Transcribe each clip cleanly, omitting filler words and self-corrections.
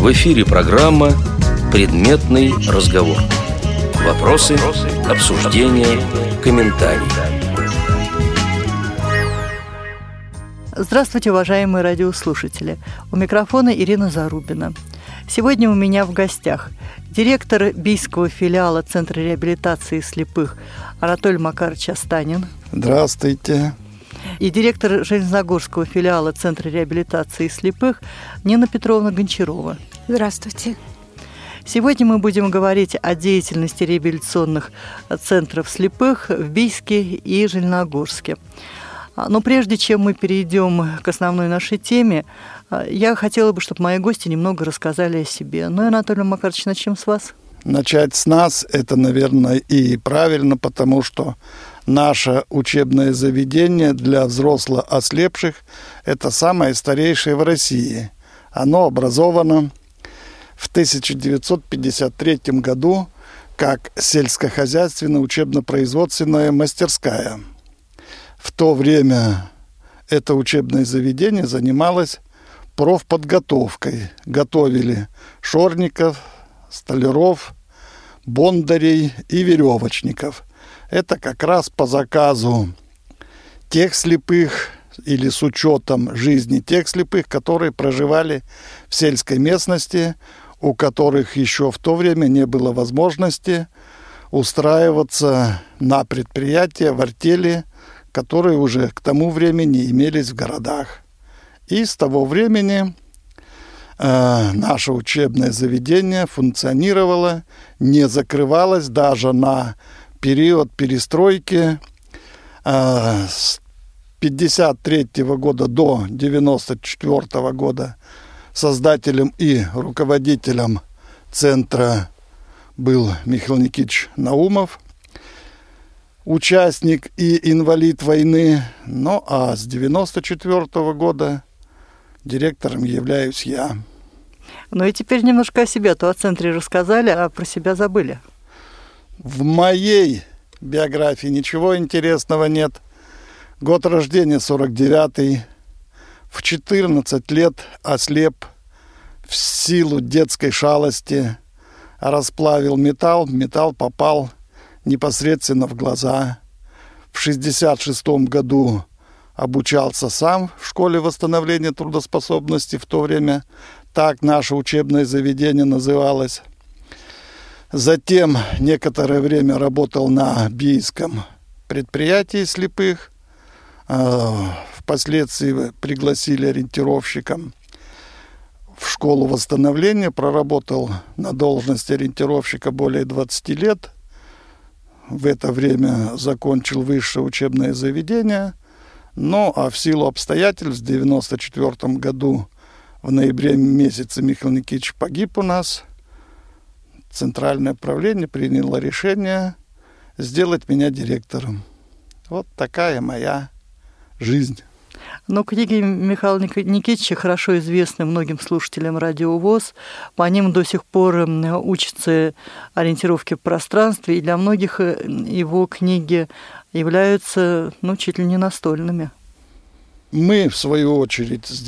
В эфире программа «Предметный разговор». Вопросы, обсуждения, комментарии. Здравствуйте, уважаемые радиослушатели. У микрофона Ирина Зарубина. Сегодня у меня в гостях директор Бийского филиала Центра реабилитации слепых Анатолий Макарович Останин. Здравствуйте. И директор Железногорского филиала Центра реабилитации слепых Нина Петровна Гончарова. Здравствуйте. Сегодня мы будем говорить о деятельности реабилитационных центров слепых в Бийске и Железногорске. Но прежде чем мы перейдем к основной нашей теме, я хотела бы, чтобы мои гости немного рассказали о себе. Ну, Анатолий Макарович, начнем с вас. Начать с нас – это, наверное, и правильно, потому что наше учебное заведение для взрослых ослепших – это самое старейшее в России. Оно образовано в 1953 году как сельскохозяйственная учебно-производственная мастерская. В то время это учебное заведение занималось профподготовкой. Готовили шорников, столяров, бондарей и веревочников. Это как раз по заказу тех слепых или с учетом жизни тех слепых, которые проживали в сельской местности, у которых еще в то время не было возможности устраиваться на предприятия, в артели, которые уже к тому времени имелись в городах. И с того времени наше учебное заведение функционировало, не закрывалось даже на период перестройки с 1953 года до 1994 года. Создателем и руководителем центра был Михаил Никитич Наумов, участник и инвалид войны. Ну а с 1994 года директором являюсь я. Ну и теперь немножко о себе. То о центре рассказали, а про себя забыли. В моей биографии ничего интересного нет. Год рождения 49-й. В 14 лет ослеп в силу детской шалости. Расплавил металл. Металл попал непосредственно в глаза. В 1966 году обучался сам в школе восстановления трудоспособности. В то время так наше учебное заведение называлось. Затем некоторое время работал на Бийском предприятии слепых. Впоследствии пригласили ориентировщиком в школу восстановления. Проработал на должности ориентировщика более 20 лет. В это время закончил высшее учебное заведение. Ну, а в силу обстоятельств в 1994 году в ноябре месяце Михаил Никитич погиб у нас. Центральное правление приняло решение сделать меня директором. Вот такая моя жизнь. Но книги Михаила Никитича хорошо известны многим слушателям Радио ВОС. По ним до сих пор учатся ориентировки в пространстве, и для многих его книги являются, чуть ли не настольными. Мы, в свою очередь, с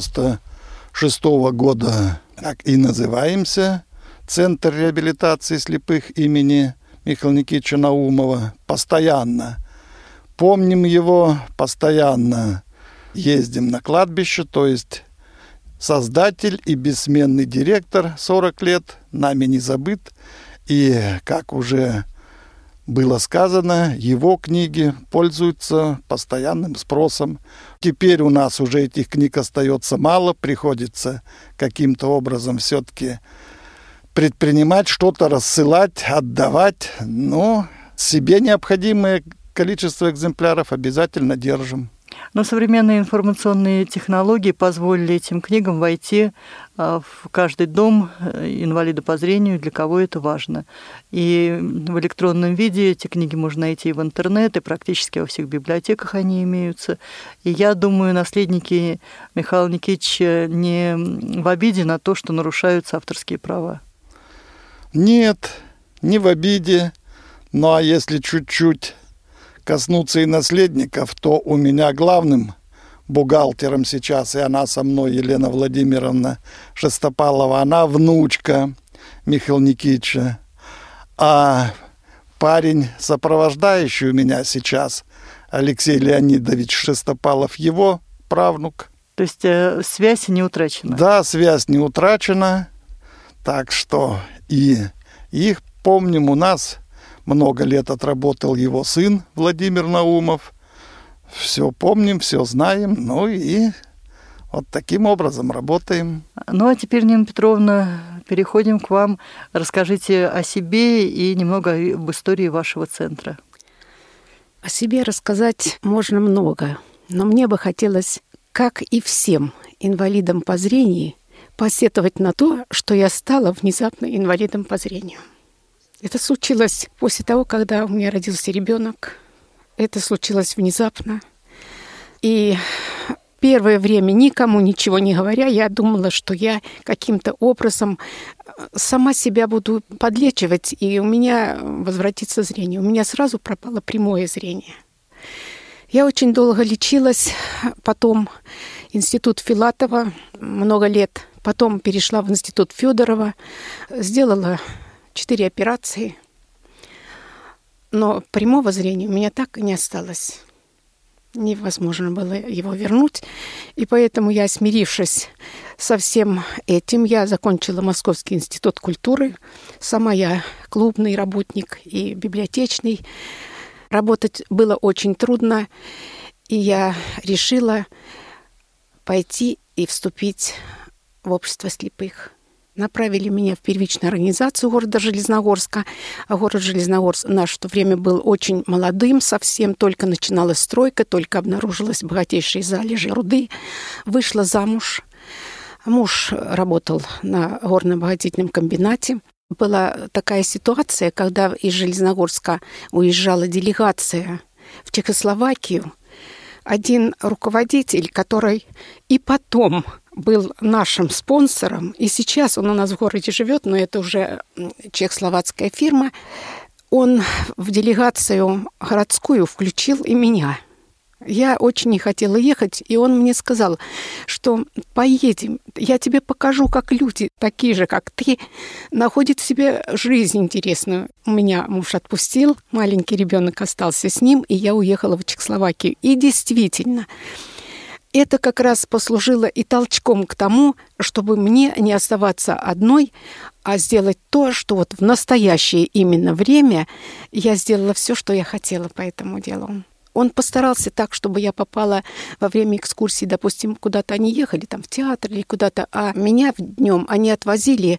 1996 года так и называемся Центр реабилитации слепых имени Михаила Никитича Наумова. Постоянно помним его, постоянно ездим на кладбище, то есть создатель и бессменный директор 40 лет, нами не забыт. И, как уже было сказано, его книги пользуются постоянным спросом. Теперь у нас уже этих книг остается мало, приходится каким-то образом все-таки предпринимать, что-то рассылать, отдавать. Но себе необходимое количество экземпляров обязательно держим. Но современные информационные технологии позволили этим книгам войти в каждый дом инвалида по зрению, для кого это важно. И в электронном виде эти книги можно найти и в интернете, и практически во всех библиотеках они имеются. И я думаю, наследники Михаила Никитича не в обиде на то, что нарушаются авторские права. Нет, не в обиде. Ну а если чуть-чуть коснуться и наследников, то у меня главным бухгалтером сейчас, и она со мной, Елена Владимировна Шестопалова, она внучка Михаила Никитича. А парень, сопровождающий у меня сейчас, Алексей Леонидович Шестопалов, его правнук. То есть связь не утрачена? Да, связь не утрачена. Так что и их помним. У нас много лет отработал его сын Владимир Наумов. Все помним, все знаем. Ну и вот таким образом работаем. Ну а теперь, Нина Петровна, переходим к вам. Расскажите о себе и немного об истории вашего центра. О себе рассказать можно много, но мне бы хотелось, как и всем инвалидам по зрению, посетовать на то, что я стала внезапно инвалидом по зрению. Это случилось после того, когда у меня родился ребенок. Это случилось внезапно. И первое время, никому ничего не говоря, я думала, что я каким-то образом сама себя буду подлечивать, и у меня возвратится зрение. У меня сразу пропало прямое зрение. Я очень долго лечилась, потом институт Филатова, много лет. Потом перешла в институт Федорова, сделала 4 операции. Но прямого зрения у меня так и не осталось. Невозможно было его вернуть. И поэтому я, смирившись со всем этим, я закончила Московский институт культуры. Сама я клубный работник и библиотечный. Работать было очень трудно, и я решила пойти и вступить в общество слепых. Направили меня в первичную организацию города Железногорска. А город Железногорск наш в то время был очень молодым совсем. Только начиналась стройка, только обнаружилась богатейшие залежи руды. Вышла замуж. Муж работал на горно-обогатительном комбинате. Была такая ситуация, когда из Железногорска уезжала делегация в Чехословакию. Один руководитель, который и потом был нашим спонсором, и сейчас он у нас в городе живет, но это уже чехословацкая фирма, он в делегацию городскую включил и меня. Я очень не хотела ехать, и он мне сказал, что поедем, я тебе покажу, как люди, такие же, как ты, находят в себе жизнь интересную. Меня муж отпустил, маленький ребенок остался с ним, и я уехала в Чехословакию. И действительно, это как раз послужило и толчком к тому, чтобы мне не оставаться одной, а сделать то, что вот в настоящее именно время я сделала все, что я хотела по этому делу. Он постарался так, чтобы я попала во время экскурсии, допустим, куда-то они ехали, там, в театр или куда-то, а меня днем они отвозили,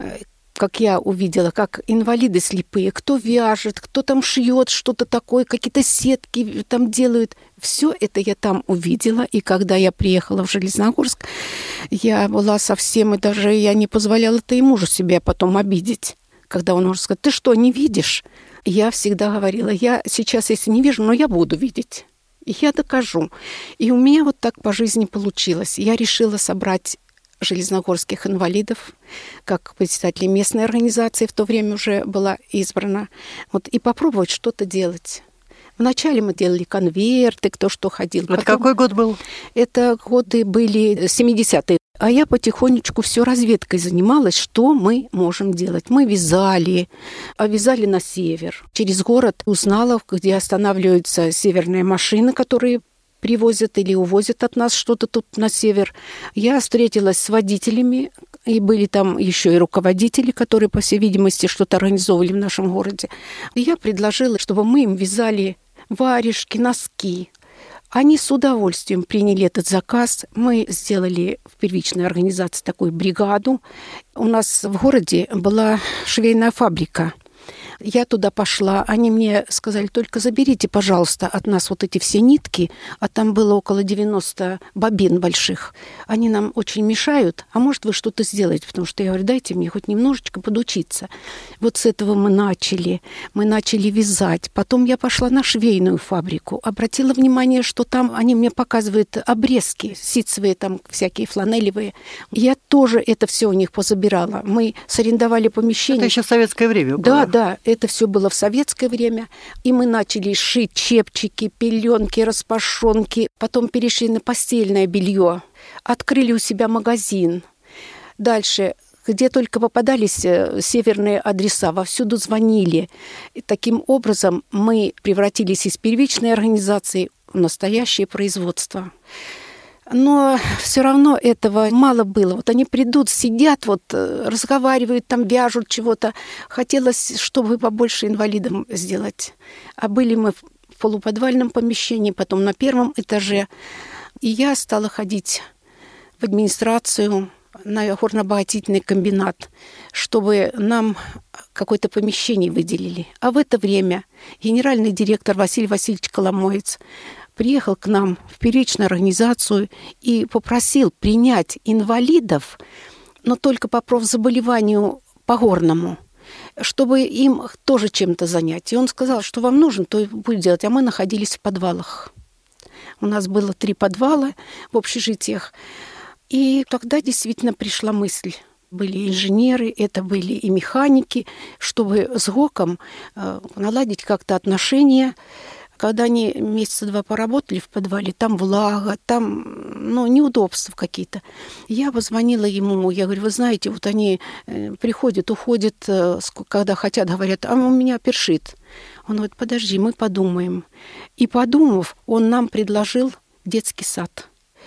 как я увидела, как инвалиды слепые, кто вяжет, кто там шьет что-то такое, какие-то сетки там делают. Все это я там увидела, и когда я приехала в Железногорск, я была совсем, и даже я не позволяла-то и мужу себя потом обидеть. Когда он может сказать, ты что, не видишь? Я всегда говорила, я сейчас, если не вижу, но я буду видеть. И я докажу. И у меня вот так по жизни получилось. Я решила собрать железногорских инвалидов, как председатель местной организации в то время уже была избрана, вот, и попробовать что-то делать. Вначале мы делали конверты, кто что ходил. Это какой год был? Это годы были 70-е. А я потихонечку все разведкой занималась, что мы можем делать. Мы вязали, а вязали на север. Через город узнала, где останавливаются северные машины, которые привозят или увозят от нас что-то тут на север. Я встретилась с водителями, и были там еще и руководители, которые, по всей видимости, что-то организовывали в нашем городе. И я предложила, чтобы мы им вязали варежки, носки. Они с удовольствием приняли этот заказ. Мы сделали в первичной организации такую бригаду. У нас в городе была швейная фабрика. Я туда пошла, они мне сказали, только заберите, пожалуйста, от нас вот эти все нитки, а там было около 90 бобин больших. Они нам очень мешают, а может, вы что-то сделаете, потому что я говорю, дайте мне хоть немножечко подучиться. Вот с этого мы начали вязать. Потом я пошла на швейную фабрику, обратила внимание, что там они мне показывают обрезки ситцевые, там всякие фланелевые. Я тоже это все у них позабирала. Мы сарендовали помещение. Это еще в советское время было. Да, Это все было в советское время. И мы начали шить чепчики, пеленки, распашонки. Потом перешли на постельное белье. Открыли у себя магазин. Дальше, где только попадались северные адреса, вовсюду звонили. И таким образом мы превратились из первичной организации в настоящее производство. Но все равно этого мало было. Вот они придут, сидят, вот разговаривают, там вяжут чего-то. Хотелось, чтобы побольше инвалидам сделать. А были мы в полуподвальном помещении, потом на первом этаже. И я стала ходить в администрацию, на горно-обогатительный комбинат, чтобы нам какое-то помещение выделили. А в это время генеральный директор Василий Васильевич Коломоец приехал к нам в первичную организацию и попросил принять инвалидов, но только по профзаболеванию по горному, чтобы им тоже чем-то занять. И он сказал, что вам нужно, то и будет делать. А мы находились в подвалах. У нас было 3 подвала в общежитиях. И тогда действительно пришла мысль. Были инженеры, это были и механики, чтобы с ГОКом наладить как-то отношения. Когда они месяца 2 поработали в подвале, там влага, там неудобства какие-то. Я позвонила ему, я говорю, вы знаете, вот они приходят, уходят, когда хотят, говорят, а у меня першит. Он говорит, подожди, мы подумаем. И подумав, он нам предложил детский сад.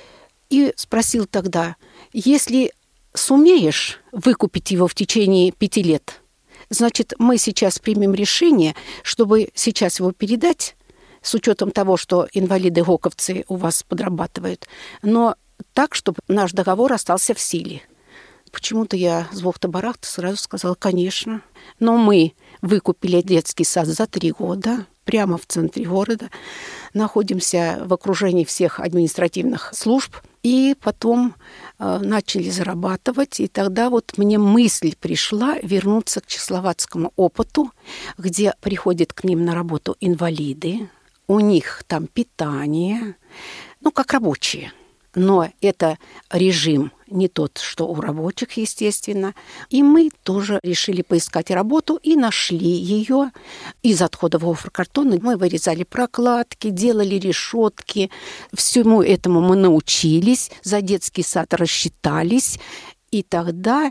И спросил тогда, если сумеешь выкупить его в течение 5 лет, значит, мы сейчас примем решение, чтобы сейчас его передать, с учетом того, что инвалиды-гоковцы у вас подрабатывают, но так, чтобы наш договор остался в силе. Почему-то я с бухты-барахты сразу сказала, конечно. Но мы выкупили детский сад за 3 года, прямо в центре города, находимся в окружении всех административных служб, и потом начали зарабатывать. И тогда вот мне мысль пришла вернуться к чехословацкому опыту, где приходят к ним на работу инвалиды, у них там питание, как рабочие. Но это режим не тот, что у рабочих, естественно. И мы тоже решили поискать работу и нашли ее. Из отходов гофрокартона мы вырезали прокладки, делали решетки. Всему этому мы научились, за детский сад рассчитались. И тогда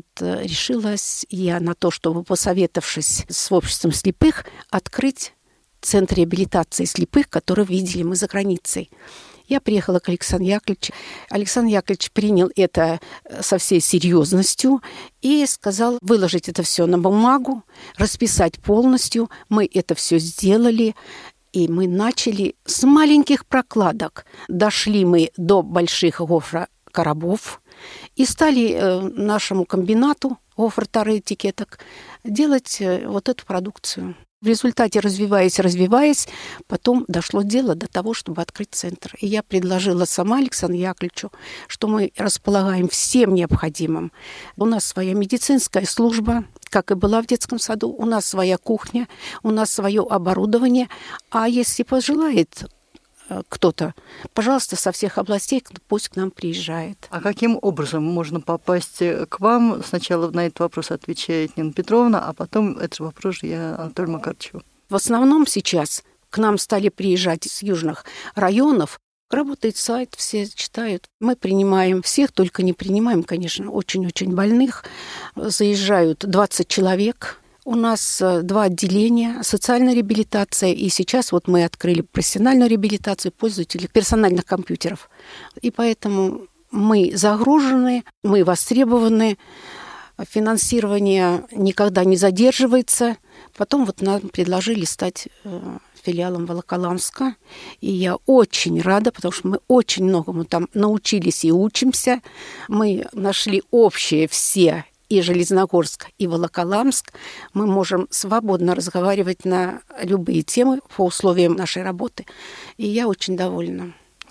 решилась я на то, чтобы, посоветовавшись с обществом слепых, открыть центр реабилитации слепых, который видели мы за границей. Я приехала к Александру Яковлевичу. Александр Яковлевич принял это со всей серьезностью и сказал выложить это все на бумагу, расписать полностью. Мы это все сделали, и мы начали с маленьких прокладок. Дошли мы до больших гофрокоробов и стали нашему комбинату гофротары этикеток делать вот эту продукцию. В результате, развиваясь, потом дошло дело до того, чтобы открыть центр. И я предложила сама Александру Яковлевичу, что мы располагаем всем необходимым. У нас своя медицинская служба, как и была в детском саду, у нас своя кухня, у нас свое оборудование. А если пожелает кто-то, пожалуйста, со всех областей пусть к нам приезжает. А каким образом можно попасть к вам? Сначала на этот вопрос отвечает Нина Петровна, а потом этот вопрос я Анатолию Макаровичу. В основном сейчас к нам стали приезжать из южных районов. Работает сайт, все читают. Мы принимаем всех, только не принимаем, конечно, очень-очень больных. Заезжают 20 человек. У нас 2 отделения, социальная реабилитация, и сейчас мы открыли профессиональную реабилитацию пользователей персональных компьютеров. И поэтому мы загружены, мы востребованы, финансирование никогда не задерживается. Потом нам предложили стать филиалом Волоколамска, и я очень рада, потому что мы очень многому там научились и учимся. Мы нашли общее все, и Железногорск, и Волоколамск. Мы можем свободно разговаривать на любые темы по условиям нашей работы. И я очень довольна.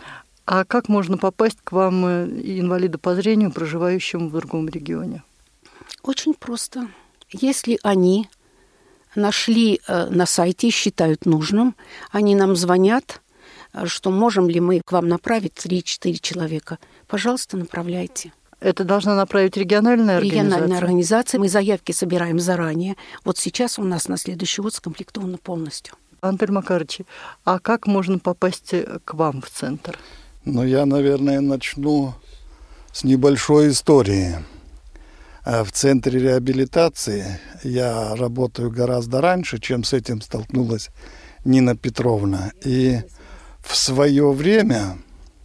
А как можно попасть к вам, инвалиду по зрению, проживающему в другом регионе? Очень просто. Если они нашли на сайте и считают нужным, они нам звонят, что можем ли мы к вам направить 3-4 человека. Пожалуйста, направляйте. Это должна направить региональная организация? Региональная организация. Мы заявки собираем заранее. Вот сейчас у нас на следующий год скомплектовано полностью. Анатолий Макарович, а как можно попасть к вам в центр? Я, наверное, начну с небольшой истории. В центре реабилитации я работаю гораздо раньше, чем с этим столкнулась Нина Петровна. И в свое время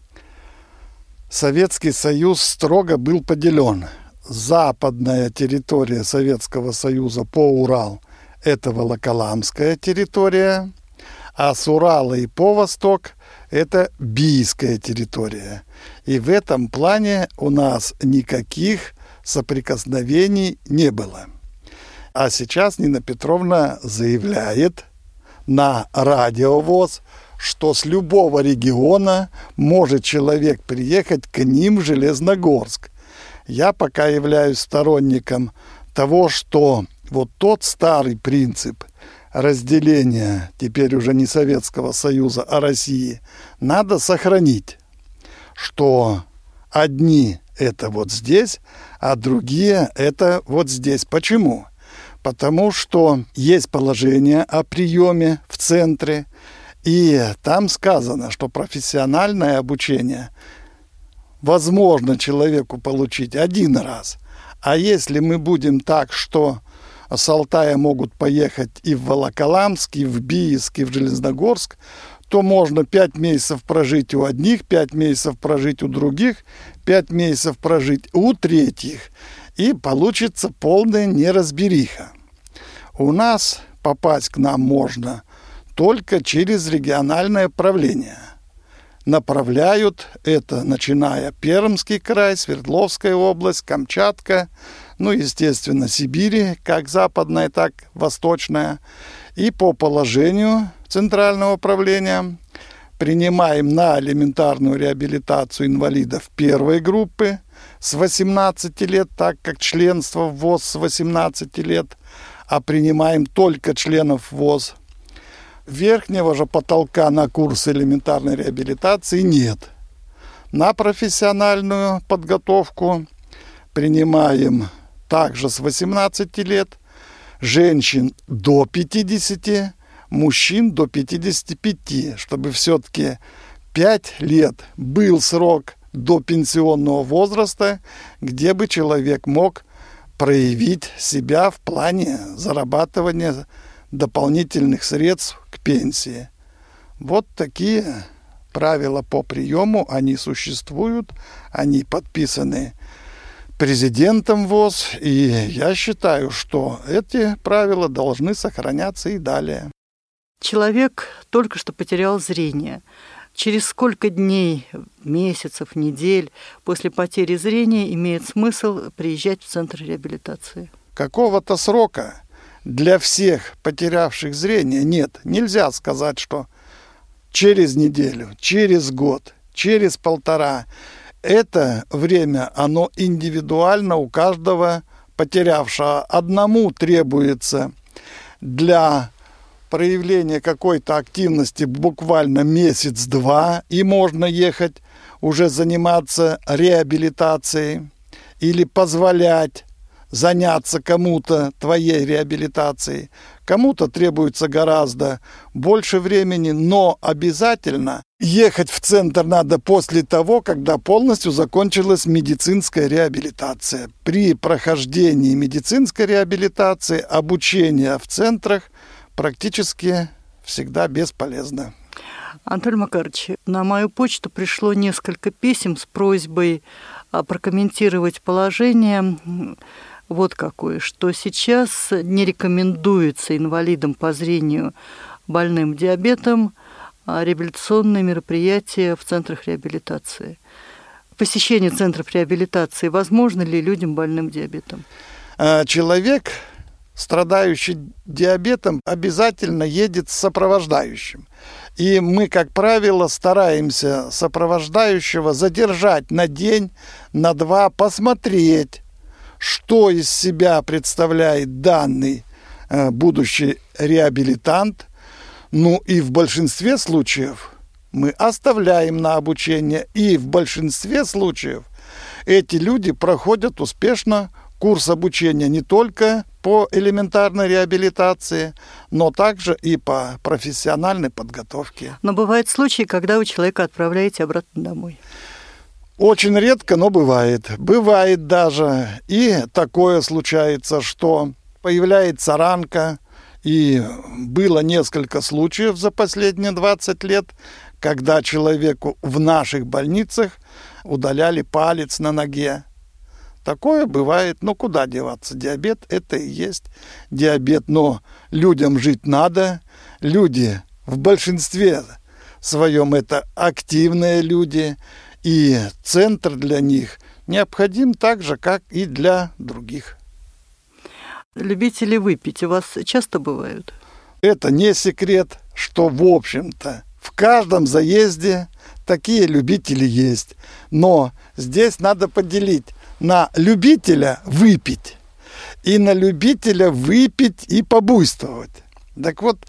Советский Союз строго был поделен. Западная территория Советского Союза по Урал – это Волоколамская территория, а с Урала и по восток – это Бийская территория. И в этом плане у нас никаких соприкосновений не было. А сейчас Нина Петровна заявляет на Радио ВОС, что с любого региона может человек приехать к ним в Железногорск. Я пока являюсь сторонником того, что вот тот старый принцип разделения, теперь уже не Советского Союза, а России, надо сохранить, что одни это вот здесь, а другие это вот здесь. Почему? Потому что есть положение о приеме в центре, и там сказано, что профессиональное обучение возможно человеку получить один раз. А если мы будем так, что с Алтая могут поехать и в Волоколамск, и в Бийск, и в Железногорск, то можно 5 месяцев прожить у одних, 5 месяцев прожить у других, 5 месяцев прожить у третьих. И получится полная неразбериха. У нас попасть к нам можно только через региональное правление. Направляют это, начиная Пермский край, Свердловская область, Камчатка, естественно, Сибирь, как западная, так восточная. И по положению Центрального управления принимаем на элементарную реабилитацию инвалидов первой группы с 18 лет, так как членство в ВОС с 18 лет, а принимаем только членов ВОС. Верхнего же потолка на курс элементарной реабилитации нет. На профессиональную подготовку принимаем также с 18 лет, женщин до 50, мужчин до 55, чтобы все-таки 5 лет был срок до пенсионного возраста, где бы человек мог проявить себя в плане зарабатывания дополнительных средств к пенсии. Вот такие правила по приему, они существуют, они подписаны президентом ВОС, и я считаю, что эти правила должны сохраняться и далее. Человек только что потерял зрение. Через сколько дней, месяцев, недель после потери зрения имеет смысл приезжать в центр реабилитации? Какого-то срока для всех потерявших зрение нет. Нельзя сказать, что через неделю, через год, через 1,5. Это время, оно индивидуально у каждого потерявшего. Одному требуется для проявления какой-то активности буквально месяц-два, и можно ехать уже заниматься реабилитацией или позволять заняться кому-то твоей реабилитацией. Кому-то требуется гораздо больше времени, но обязательно ехать в центр надо после того, когда полностью закончилась медицинская реабилитация. При прохождении медицинской реабилитации обучение в центрах практически всегда бесполезно. Анатолий Макарович, на мою почту пришло несколько писем с просьбой прокомментировать положение вот какое, что сейчас не рекомендуется инвалидам по зрению, больным диабетом, реабилитационные мероприятия в центрах реабилитации. Посещение центров реабилитации возможно ли людям, больным диабетом? Человек, страдающий диабетом, обязательно едет с сопровождающим. И мы, как правило, стараемся сопровождающего задержать на день, на два, посмотреть, что из себя представляет данный будущий реабилитант. И в большинстве случаев мы оставляем на обучение, и в большинстве случаев эти люди проходят успешно курс обучения не только по элементарной реабилитации, но также и по профессиональной подготовке. Но бывают случаи, когда вы человека отправляете обратно домой. Очень редко, но бывает. Бывает даже и такое случается, что появляется ранка, и было несколько случаев за последние 20 лет, когда человеку в наших больницах удаляли палец на ноге. Такое бывает, но куда деваться? Диабет – это и есть диабет, но людям жить надо. Люди в большинстве своем это активные люди, и центр для них необходим так же, как и для других. Любители выпить у вас часто бывают? Это не секрет, что, в общем-то, в каждом заезде такие любители есть. Но здесь надо поделить на любителя выпить и на любителя выпить и побуйствовать. Так вот,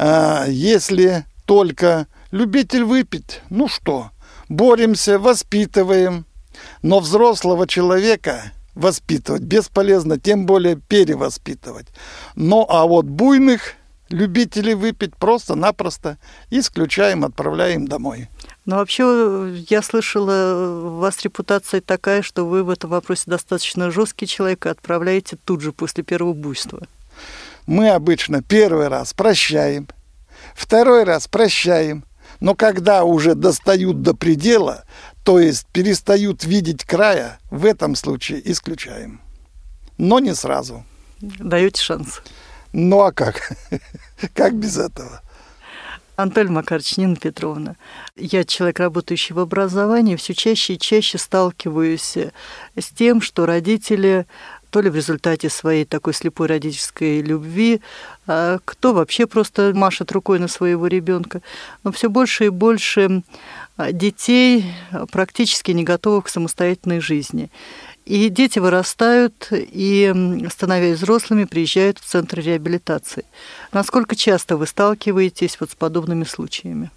если только любитель выпить, ну что, боремся, воспитываем, но взрослого человека воспитывать бесполезно, тем более перевоспитывать. Ну а вот буйных любителей выпить просто-напросто исключаем, отправляем домой. Но вообще, я слышала, у вас репутация такая, что вы в этом вопросе достаточно жесткий человек и отправляете тут же после первого буйства. Мы обычно первый раз прощаем, второй раз прощаем, но когда уже достают до предела, то есть перестают видеть края, в этом случае исключаем. Но не сразу. Даете шанс. Ну а как? Как без этого? Анатолий Макарович, Нина Петровна, я человек, работающий в образовании, все чаще и чаще сталкиваюсь с тем, что родители, то ли в результате своей такой слепой родительской любви, кто вообще просто машет рукой на своего ребенка, но все больше и больше детей практически не готовых к самостоятельной жизни. И дети вырастают и, становясь взрослыми, приезжают в центр реабилитации. Насколько часто вы сталкиваетесь вот с подобными случаями?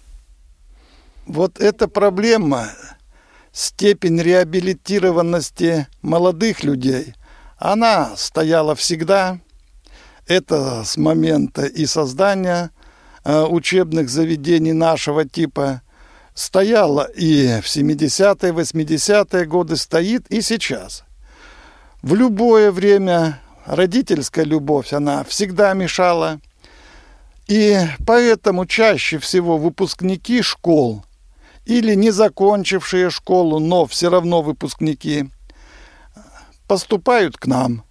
Вот эта проблема, степень реабилитированности молодых людей, она стояла всегда. Это с момента и создания учебных заведений нашего типа стояла и в 70-е, 80-е годы, стоит и сейчас. В любое время родительская любовь, она всегда мешала. И поэтому чаще всего выпускники школ или не закончившие школу, но все равно выпускники, поступают к нам.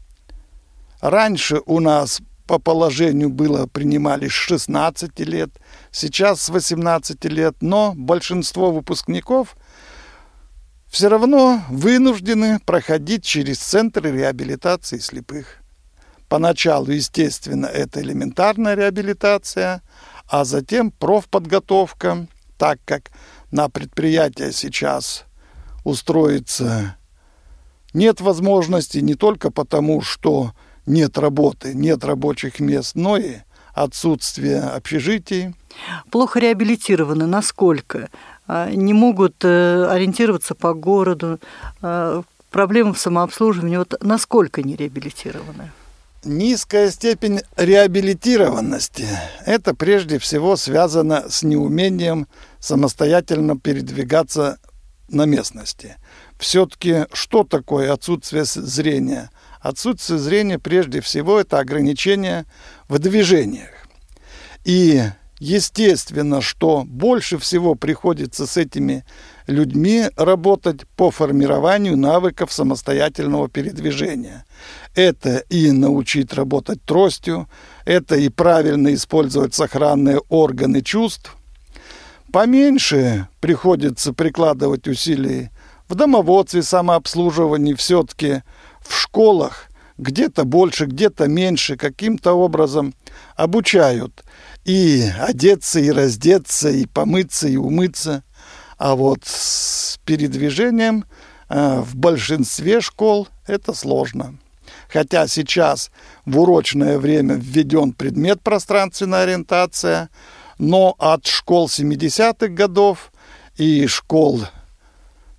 Раньше у нас по положению принимали с 16 лет, сейчас с 18 лет, но большинство выпускников все равно вынуждены проходить через центры реабилитации слепых. Поначалу, естественно, это элементарная реабилитация, а затем профподготовка, так как на предприятие сейчас устроиться нет возможности не только потому, что нет работы, нет рабочих мест, но и отсутствие общежитий. Плохо реабилитированы, насколько? Не могут ориентироваться по городу, проблемы в самообслуживании, вот насколько не реабилитированы? Низкая степень реабилитированности – это прежде всего связано с неумением самостоятельно передвигаться на местности. Все-таки что такое отсутствие зрения? Отсутствие зрения прежде всего это ограничение в движениях. И естественно, что больше всего приходится с этими людьми работать по формированию навыков самостоятельного передвижения. Это и научить работать тростью, это и правильно использовать сохранные органы чувств. Поменьше приходится прикладывать усилий в домоводстве, самообслуживании, все-таки в школах где-то больше, где-то меньше, каким-то образом обучают и одеться, и раздеться, и помыться, и умыться. А вот с передвижением в большинстве школ это сложно. Хотя сейчас в урочное время введен предмет пространственная ориентация, но от школ 70-х годов и школ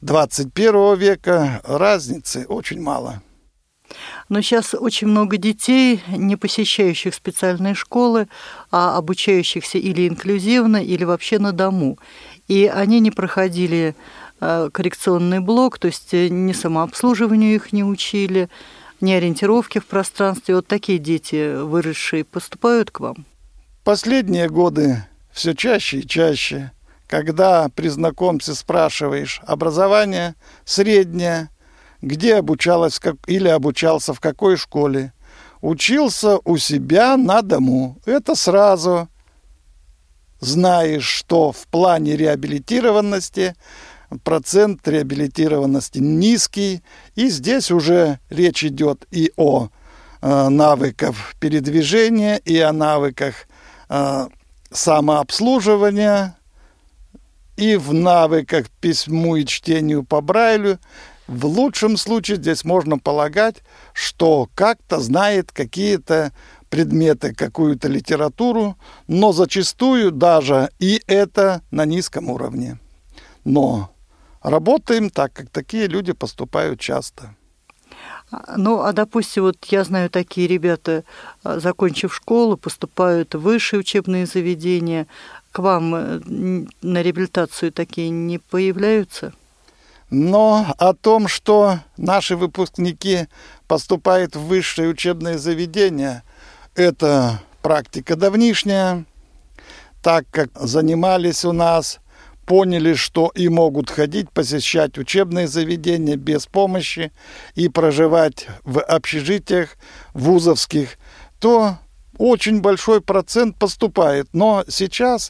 21 века разницы очень мало. Но сейчас очень много детей, не посещающих специальные школы, а обучающихся или инклюзивно, или вообще на дому. И они не проходили коррекционный блок, то есть ни самообслуживанию их не учили, ни ориентировки в пространстве. Вот такие дети, выросшие, поступают к вам? Последние годы все чаще и чаще, когда при знакомстве спрашиваешь образование среднее, где обучалась или обучался в какой школе, учился у себя на дому. Это сразу знаешь, что в плане реабилитированности процент реабилитированности низкий, и здесь уже речь идет и о навыках передвижения, и о навыках самообслуживания, и в навыках письму и чтению по Брайлю. В лучшем случае здесь можно полагать, что как-то знает какие-то предметы, какую-то литературу, но зачастую даже и это на низком уровне. Но работаем так, как такие люди поступают часто. Ну, а допустим, вот я знаю, такие ребята, закончив школу, поступают в высшие учебные заведения. К вам на реабилитацию такие не появляются? Но о том, что наши выпускники поступают в высшие учебные заведения, это практика давнишняя, так как занимались у нас, поняли, что и могут ходить, посещать учебные заведения без помощи и проживать в общежитиях вузовских, то очень большой процент поступает. Но сейчас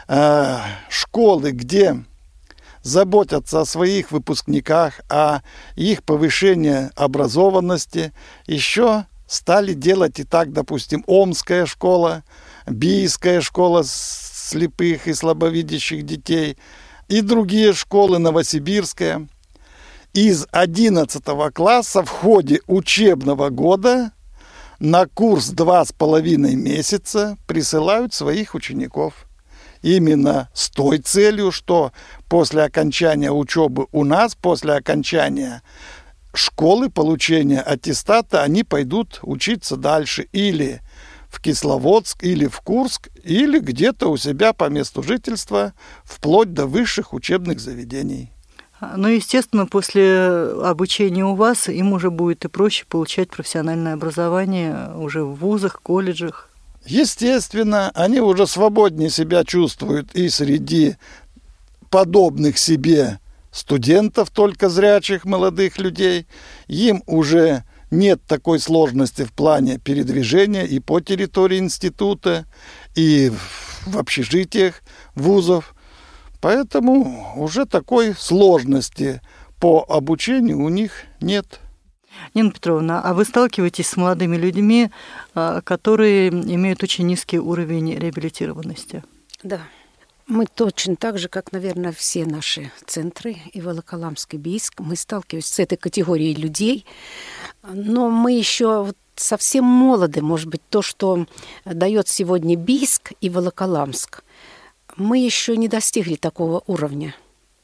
школы, где заботятся о своих выпускниках, о их повышении образованности, еще стали делать и так, допустим, Омская школа, Бийская школа слепых и слабовидящих детей и другие школы, Новосибирская. Из 11 класса в ходе учебного года на курс 2,5 месяца присылают своих учеников. Именно с той целью, что после окончания учебы у нас, после окончания школы, получения аттестата, они пойдут учиться дальше или в Кисловодск, или в Курск, или где-то у себя по месту жительства, вплоть до высших учебных заведений. Ну, естественно, после обучения у вас им уже будет и проще получать профессиональное образование уже в вузах, колледжах. Естественно, они уже свободнее себя чувствуют и среди подобных себе студентов, только зрячих молодых людей. Им уже нет такой сложности в плане передвижения и по территории института, и в общежитиях вузов. Поэтому уже такой сложности по обучению у них нет. Нина Петровна, а вы сталкиваетесь с молодыми людьми, которые имеют очень низкий уровень реабилитированности? Да. Мы точно так же, как, наверное, все наши центры, и Волоколамск, и Бийск, мы сталкиваемся с этой категорией людей, но мы еще совсем молоды, может быть, то, что дает сегодня Бийск и Волоколамск, мы еще не достигли такого уровня.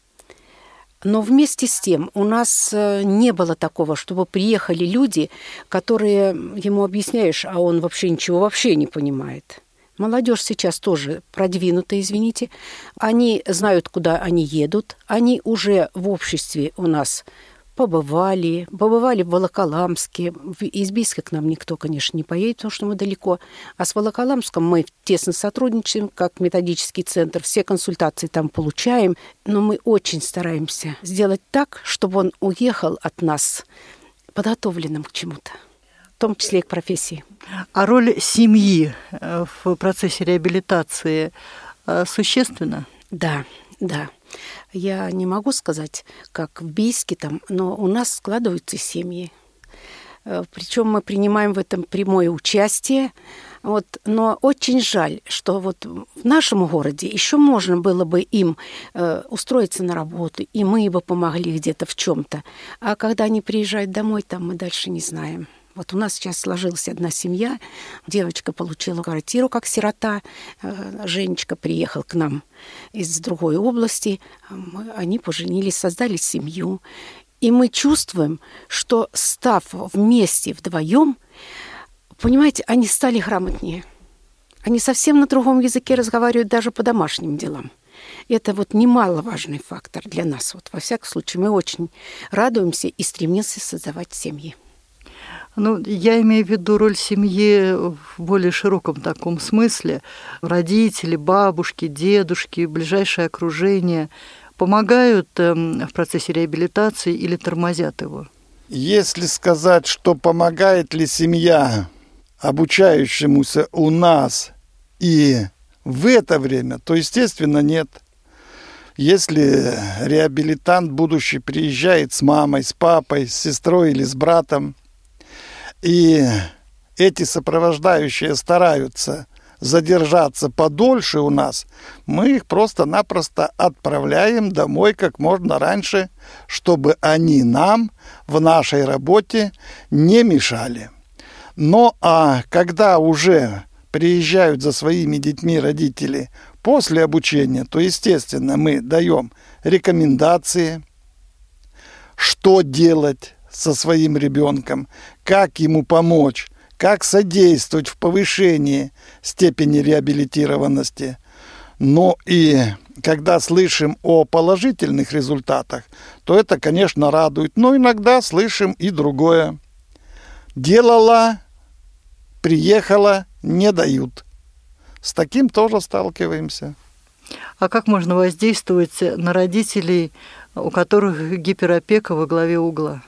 Но вместе с тем у нас не было такого, чтобы приехали люди, которые ему объясняешь, а он вообще ничего вообще не понимает. Молодежь сейчас тоже продвинутая, извините. Они знают, куда они едут. Они уже в обществе у нас побывали в Волоколамске. Из Бийска к нам никто, конечно, не поедет, потому что мы далеко. А с Волоколамском мы тесно сотрудничаем, как методический центр. Все консультации там получаем. Но мы очень стараемся сделать так, чтобы он уехал от нас подготовленным к чему-то, в том числе и к профессии. А роль семьи в процессе реабилитации существенна? Да. Я не могу сказать, как в Бийске там, но у нас складываются семьи. Причем мы принимаем в этом прямое участие. Но очень жаль, что в нашем городе еще можно было бы им устроиться на работу, и мы бы помогли где-то в чем-то. А когда они приезжают домой, там мы дальше не знаем. Вот у нас сейчас сложилась одна семья. Девочка получила квартиру как сирота. Женечка приехал к нам из другой области. Они поженились, создали семью. И мы чувствуем, что, став вместе вдвоем, понимаете, они стали грамотнее. Они совсем на другом языке разговаривают даже по домашним делам. Это вот немаловажный фактор для нас. Вот, во всяком случае, мы очень радуемся и стремимся создавать семьи. Ну, я имею в виду роль семьи в более широком таком смысле. Родители, бабушки, дедушки, ближайшее окружение помогают в процессе реабилитации или тормозят его? Если сказать, что помогает ли семья обучающемуся у нас и в это время, то, естественно, нет. Если реабилитант будущий приезжает с мамой, с папой, с сестрой или с братом, и эти сопровождающие стараются задержаться подольше у нас, мы их просто-напросто отправляем домой как можно раньше, чтобы они нам в нашей работе не мешали. Но когда уже приезжают за своими детьми родители после обучения, то, естественно, мы даем рекомендации, что делать со своим ребенком, как ему помочь, как содействовать в повышении степени реабилитированности. Но и когда слышим о положительных результатах, то это, конечно, радует. Но иногда слышим и другое. Делала, приехала, не дают. С таким тоже сталкиваемся. А как можно воздействовать на родителей, у которых гиперопека во главе угла?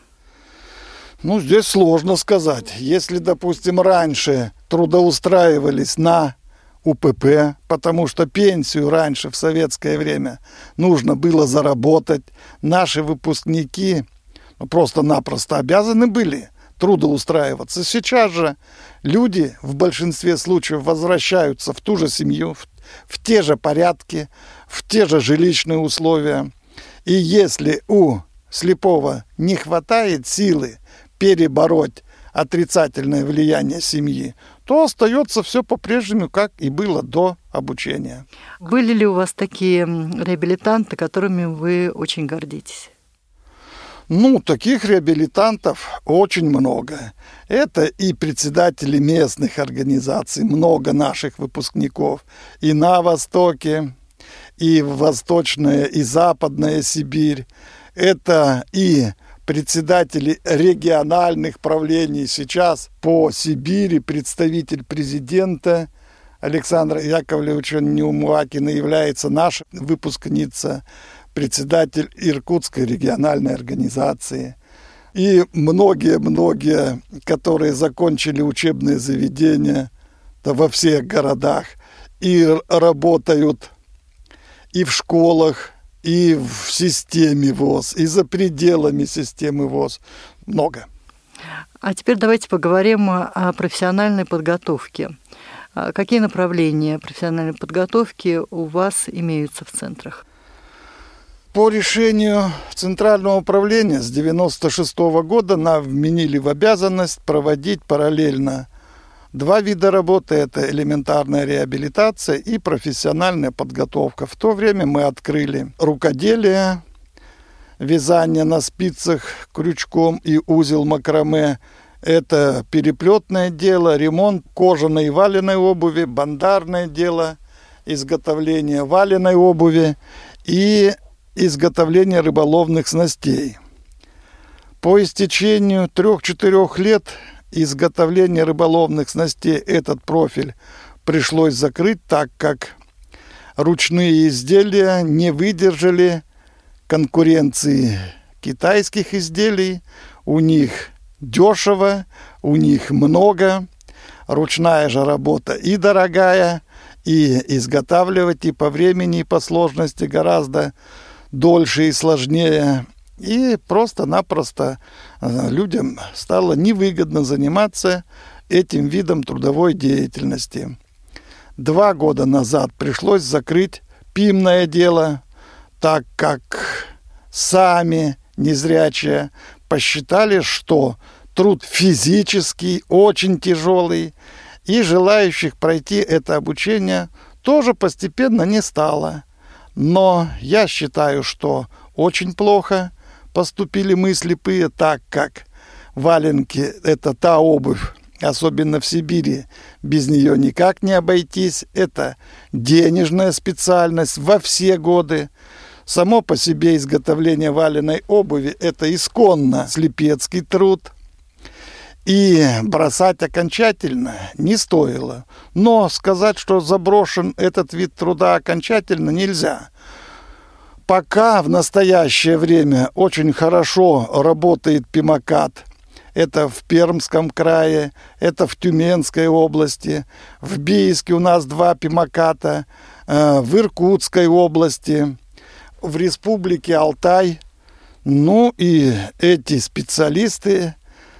Ну, здесь сложно сказать. Если, допустим, раньше трудоустраивались на УПП, потому что пенсию раньше в советское время нужно было заработать, наши выпускники просто-напросто обязаны были трудоустраиваться. Сейчас же люди в большинстве случаев возвращаются в ту же семью, в те же порядки, в те же жилищные условия. И если у слепого не хватает силы перебороть отрицательное влияние семьи, то остается все по-прежнему, как и было до обучения. Были ли у вас такие реабилитанты, которыми вы очень гордитесь? Ну, таких реабилитантов очень много. Это и председатели местных организаций, много наших выпускников и на Востоке, и в Восточная, и Западная Сибирь. Это и председатели региональных правлений. Сейчас по Сибири представитель президента Александра Яковлевича Неумуакина является наша выпускница, председатель Иркутской региональной организации. И многие-многие, которые закончили учебные заведения во всех городах и работают и в школах, и в системе ВОС, и за пределами системы ВОС. Много. А теперь давайте поговорим о профессиональной подготовке. Какие направления профессиональной подготовки у вас имеются в центрах? По решению Центрального управления с 1996 года нам вменили в обязанность проводить параллельно два вида работы. Это элементарная реабилитация и профессиональная подготовка. В то время мы открыли рукоделие, вязание на спицах крючком и узел макраме. Это переплетное дело, ремонт кожаной и валеной обуви, бандарное дело, изготовление валеной обуви и изготовление рыболовных снастей. По истечению 3-4 лет изготовления рыболовных снастей этот профиль пришлось закрыть, так как ручные изделия не выдержали конкуренции китайских изделий. У них дешево, у них много, ручная же работа и дорогая, и изготавливать и по времени, и по сложности гораздо дольше и сложнее. И просто-напросто людям стало невыгодно заниматься этим видом трудовой деятельности. 2 года назад пришлось закрыть пимное дело, так как сами незрячие посчитали, что труд физический, очень тяжелый, и желающих пройти это обучение тоже постепенно не стало. Но я считаю, что очень плохо поступили мы, слепые, так как валенки – это та обувь, особенно в Сибири, без нее никак не обойтись. Это денежная специальность во все годы. Само по себе изготовление валеной обуви – это исконно слепецкий труд. И бросать окончательно не стоило. Но сказать, что заброшен этот вид труда окончательно, нельзя. Пока в настоящее время очень хорошо работает пимокат. Это в Пермском крае, это в Тюменской области, в Бийске у нас 2 пимоката, в Иркутской области, в Республике Алтай. Ну и эти специалисты,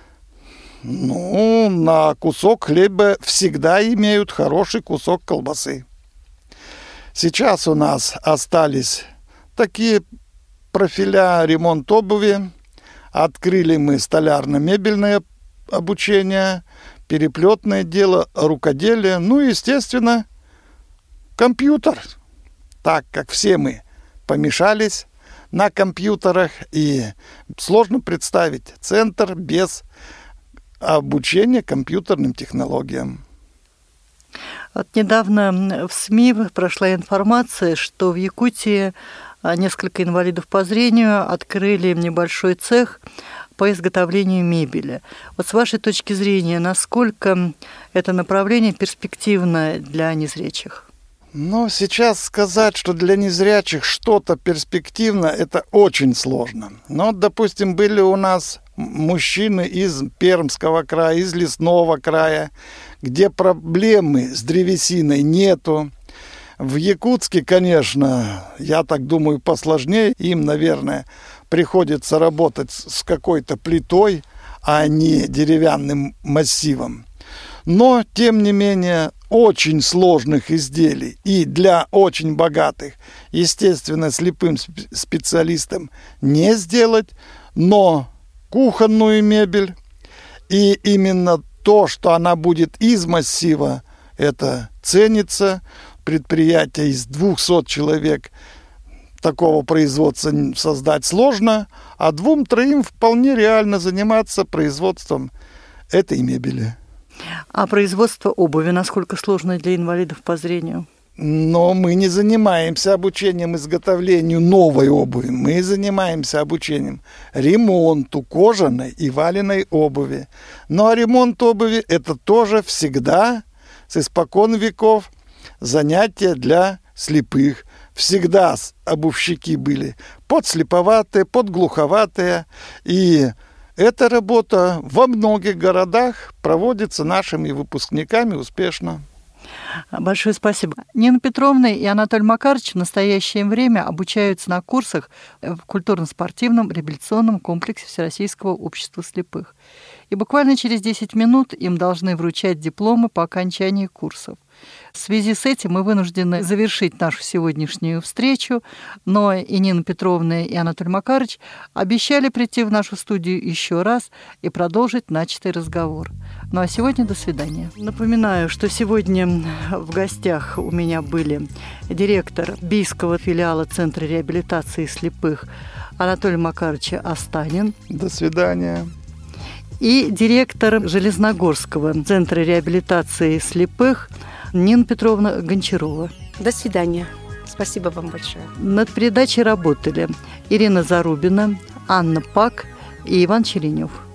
на кусок хлеба всегда имеют хороший кусок колбасы. Сейчас у нас остались такие профиля: ремонт обуви. Открыли мы столярно-мебельное обучение, переплетное дело, рукоделие, естественно, компьютер. Так как все мы помешались на компьютерах, и сложно представить центр без обучения компьютерным технологиям. Недавно в СМИ прошла информация, что в Якутии несколько инвалидов по зрению открыли небольшой цех по изготовлению мебели. Вот с вашей точки зрения, насколько это направление перспективно для незрячих? Сейчас сказать, что для незрячих что-то перспективно, это очень сложно. Допустим, были у нас мужчины из Пермского края, из Лесного края, где проблемы с древесиной нету. В Якутске, конечно, я так думаю, посложнее. Им, наверное, приходится работать с какой-то плитой, а не деревянным массивом. Но, тем не менее, очень сложных изделий и для очень богатых, естественно, слепым специалистам не сделать, но кухонную мебель, и именно то, что она будет из массива, это ценится. Предприятие из 200 человек такого производства создать сложно, а 2-3 вполне реально заниматься производством этой мебели. А производство обуви насколько сложно для инвалидов по зрению? Но мы не занимаемся обучением изготовлению новой обуви. Мы занимаемся обучением ремонту кожаной и валеной обуви. А ремонт обуви – это тоже всегда, с испокон веков, занятия для слепых. Всегда обувщики были подслеповатые, подглуховатые. И эта работа во многих городах проводится нашими выпускниками успешно. Большое спасибо. Нина Петровна и Анатолий Макарович в настоящее время обучаются на курсах в культурно-спортивном реабилитационном комплексе Всероссийского общества слепых. И буквально через 10 минут им должны вручать дипломы по окончании курсов. В связи с этим мы вынуждены завершить нашу сегодняшнюю встречу, но и Нина Петровна, и Анатолий Макарович обещали прийти в нашу студию еще раз и продолжить начатый разговор. А сегодня до свидания. Напоминаю, что сегодня в гостях у меня были директор Бийского филиала Центра реабилитации слепых Анатолий Макарович Останин. До свидания. И директор Железногорского Центра реабилитации слепых Нина Петровна Гончарова. До свидания. Спасибо вам большое. Над передачей работали Ирина Зарубина, Анна Пак и Иван Черенев.